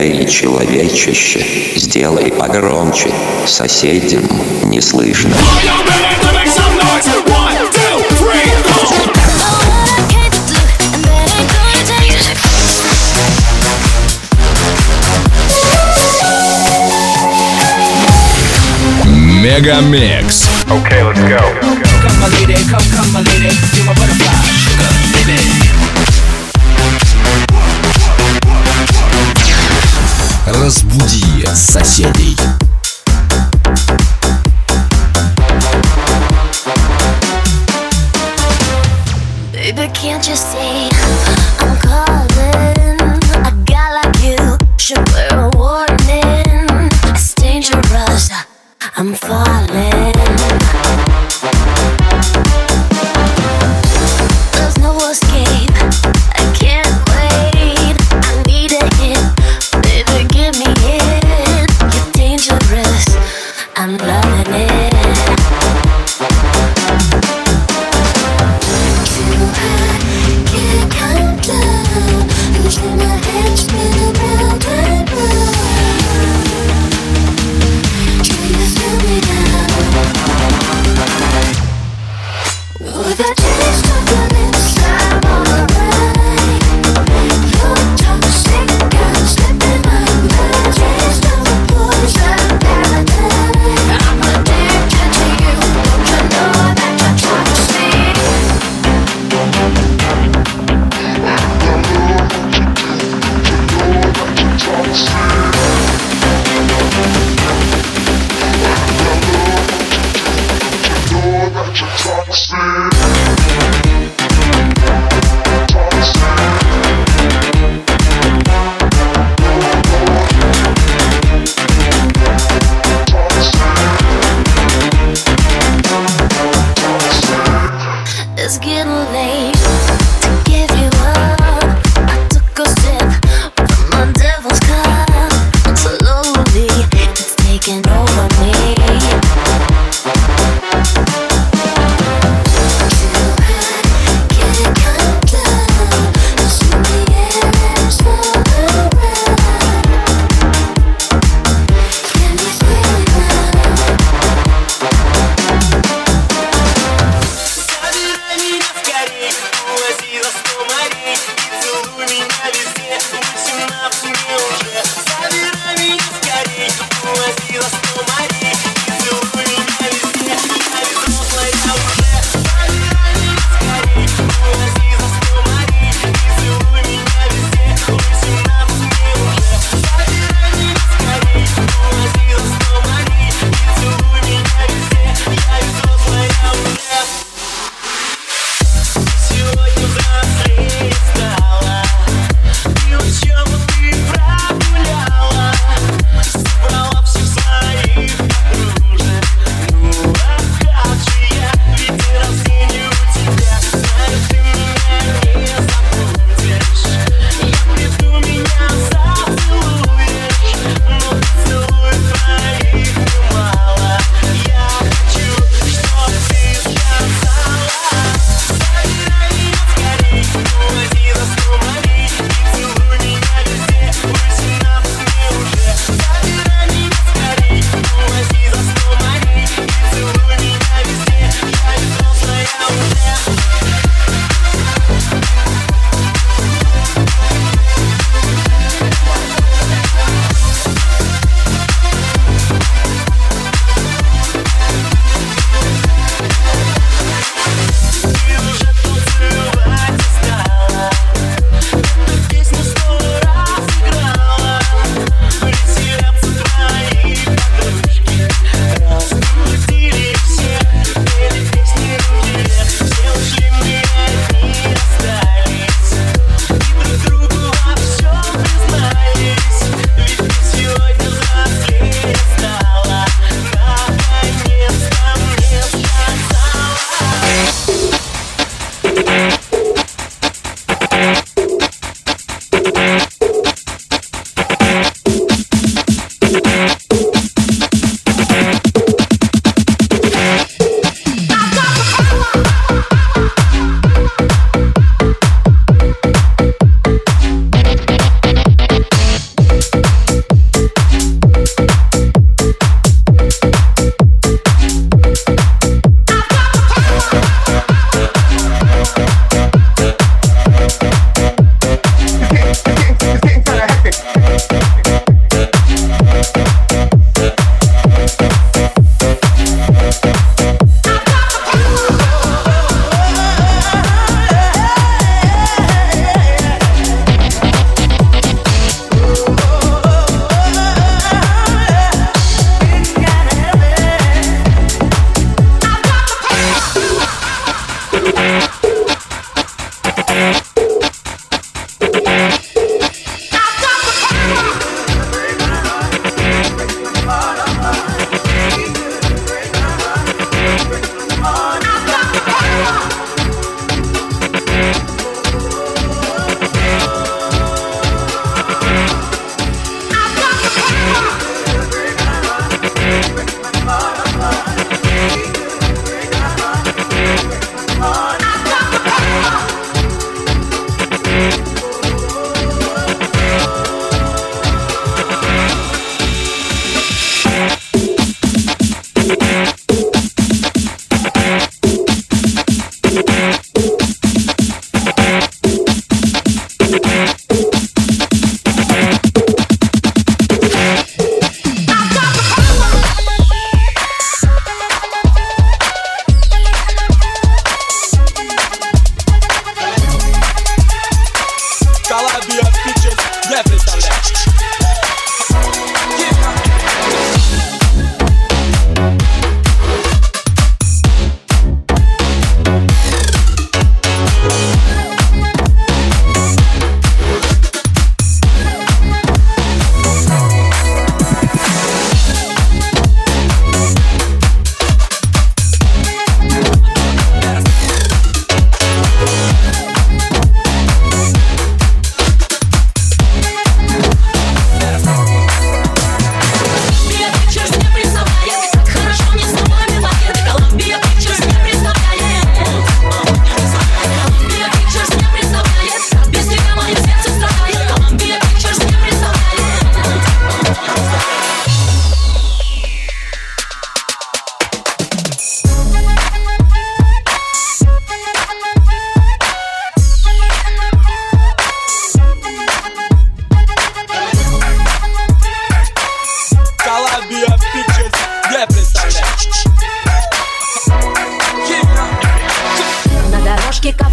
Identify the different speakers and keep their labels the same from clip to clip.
Speaker 1: Эй, человечище, сделай погромче, соседям не слышно.
Speaker 2: Мегамикс.
Speaker 3: Okay, let's go.
Speaker 4: Come my lady, come my lady, you're my butterfly, sugar, baby.
Speaker 2: Разбуди соседей.
Speaker 5: Baby, can't you see I'm calling? A guy like you should wear a warning. It's dangerous, I'm falling. There's no escape, I can't wait. I need a hit, baby, give me it. You're dangerous, I'm loving it. It's getting late to give you up. I took a sip from my devil's cup.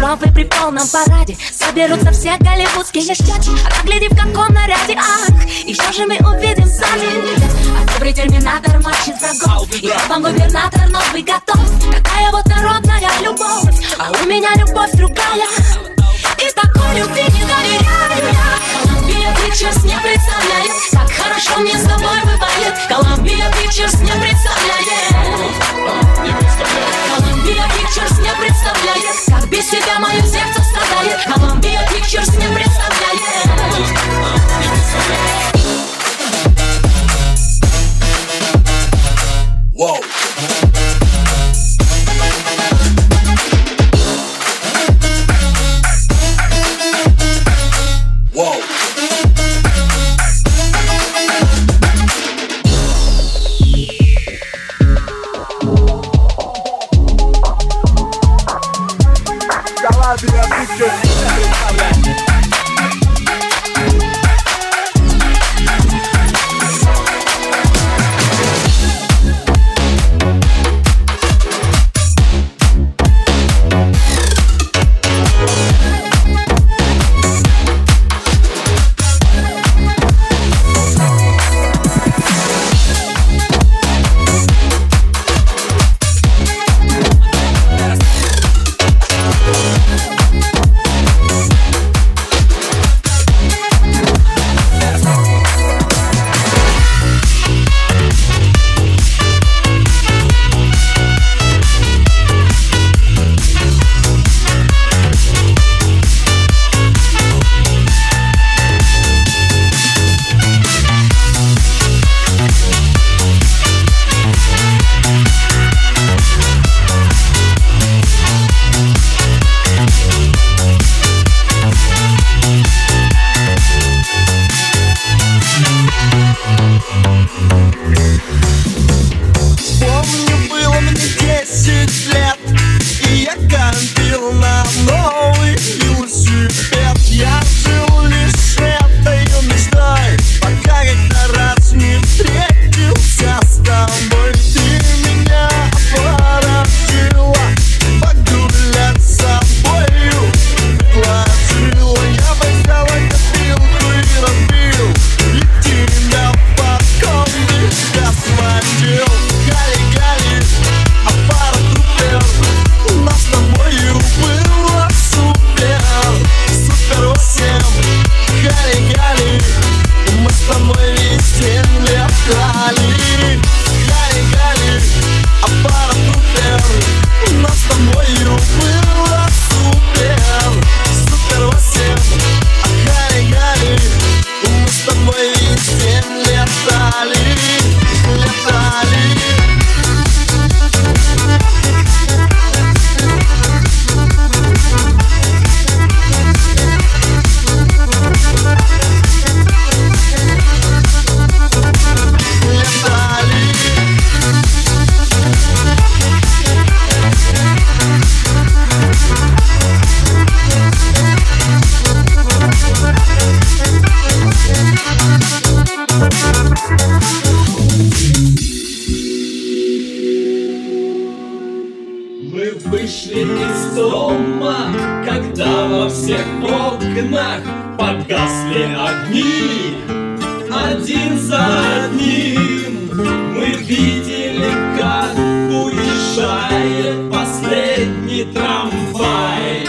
Speaker 5: суровый при полном параде. Соберутся все голливудские щеки, а гляди в каком наряде. Ах, и что же мы увидим сзади? А добрый терминатор мочит врагов, и вам губернатор новый готов. Какая вот народная любовь, а у меня любовь другая. И такой любви не доверяю я. Columbia Pictures не представляет, как хорошо мне с тобой бывает. Columbia Pictures не представляет. Columbia Pictures не представляет, как без тебя мое сердце страдает. Columbia Pictures не представляет.
Speaker 2: Воу! Воу!
Speaker 3: Columbia Pictures представляет.
Speaker 6: Вышли из дома, когда во всех окнах погасли огни. Один за одним мы видели, как уезжает последний трамвай.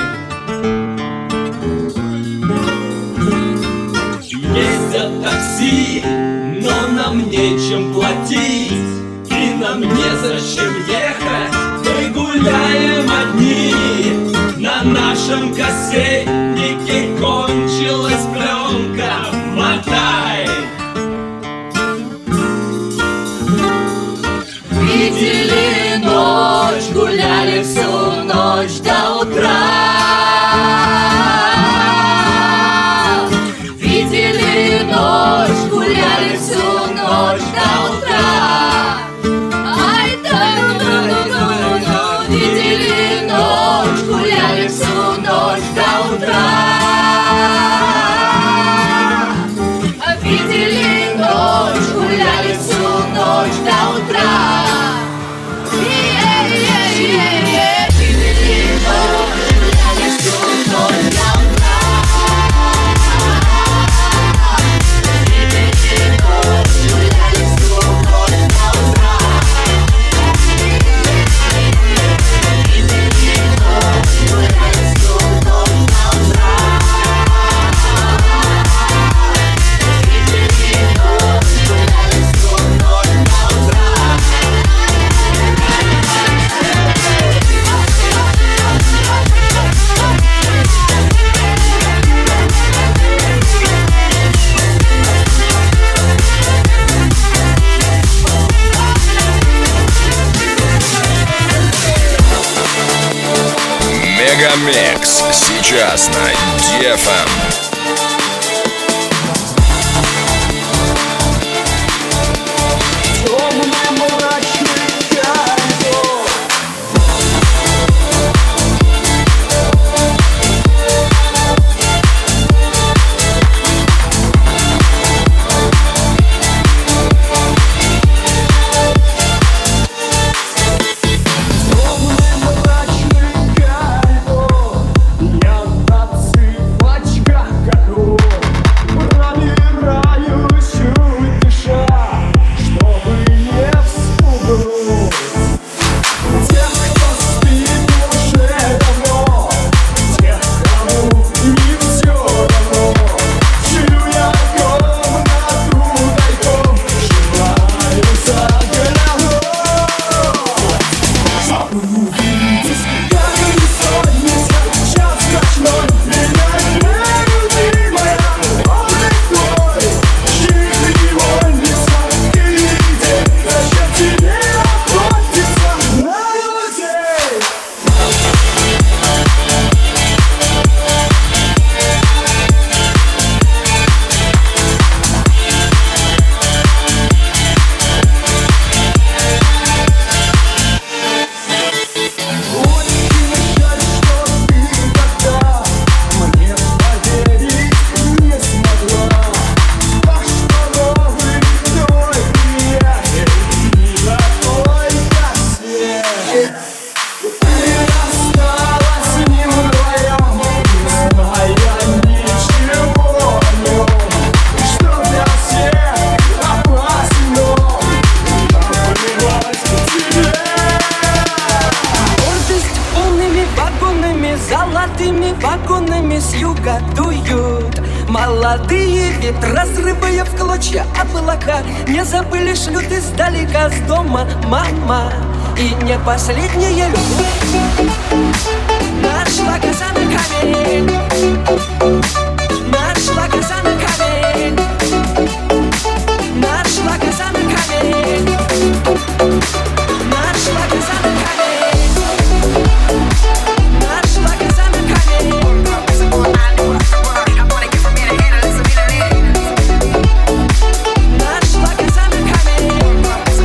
Speaker 6: Ездят такси, но нам нечем платить, и нам незачем ехать. Мы гуляем одни, на нашем кассетнике кончилась пленка. Мотай!
Speaker 5: Видели ночь, гуляли всю ночь до утра. Видели ночь, гуляли всю ночь до утра. Ай да ну-ну-ну-ну. Видели ночь, гуляли всю ночь до утра. Видели ночь, гуляли всю ночь до утра. Видели ночь, гуляли всю
Speaker 2: Мегамикс сейчас на DFM.
Speaker 7: Вагонами с юга дуют молодые ветра, срывая в клочья облака. Не забыли, шлют издалека с дома мама. И не последняя любовь нашла коза на камень, нашла коза на камень, нашла коза на камень, нашла коза на камень, нашла коза на камень. Нашла коза на камень.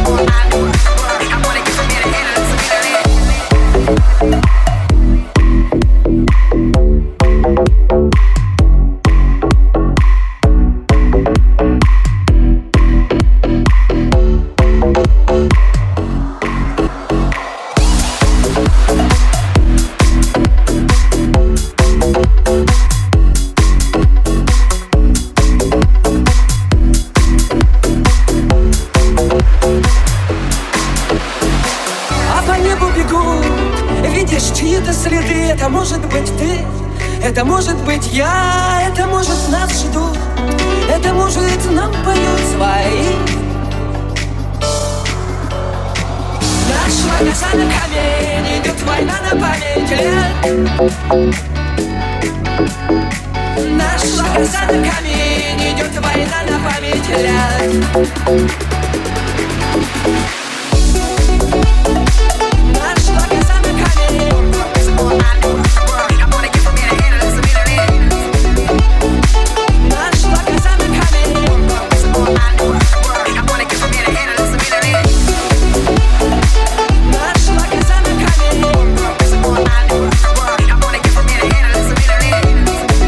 Speaker 7: Это может быть ты, это может быть я, это может нас ждут, это может нам поют свои. Нашла коза на камень, идет война на память лет. Нашла коза на камень, идет война на память лет. Нашла коза на камень. Нашла коза на камень. Нашла коза на камень.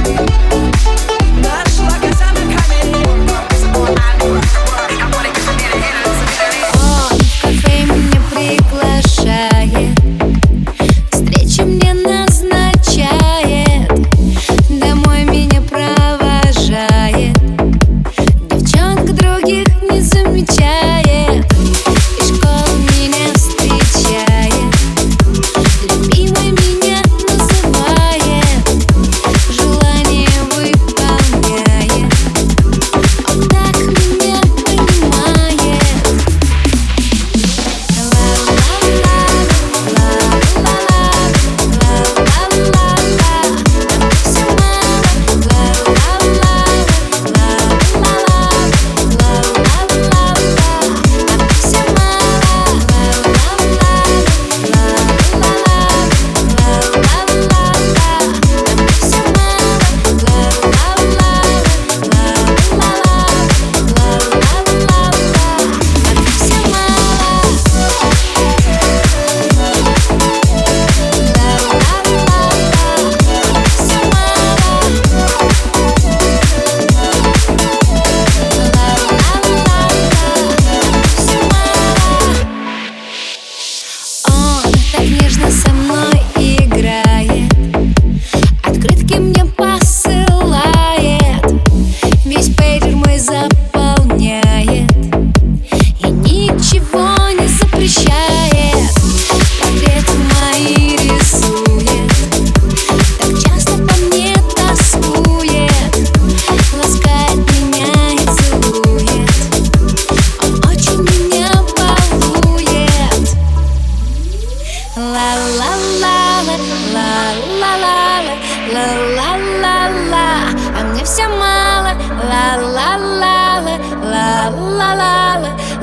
Speaker 7: Нашла коза на камень.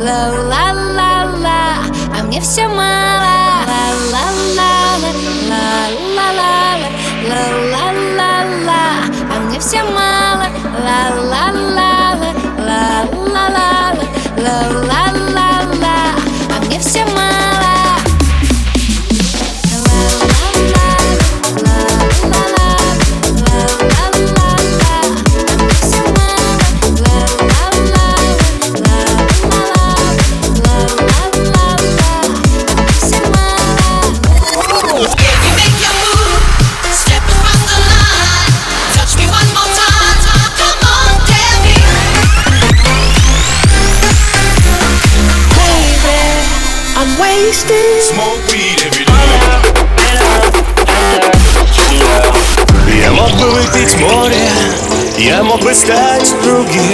Speaker 5: ла-ла-ла-ла, а мне все мало. Ла-ла-ла-ла-ла-ла-ла, ла-ла-ла-ла, а мне все мало. Ла-ла-ла-ла-ла-ла-ла, ла-ла-ла-ла, а мне все мало.
Speaker 2: Smoke weed every day.
Speaker 8: Я мог бы выпить море, я мог бы стать другим.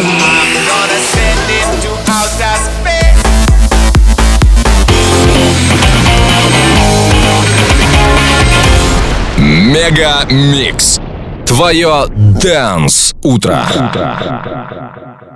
Speaker 2: Мега Микс. Твое Dance утро.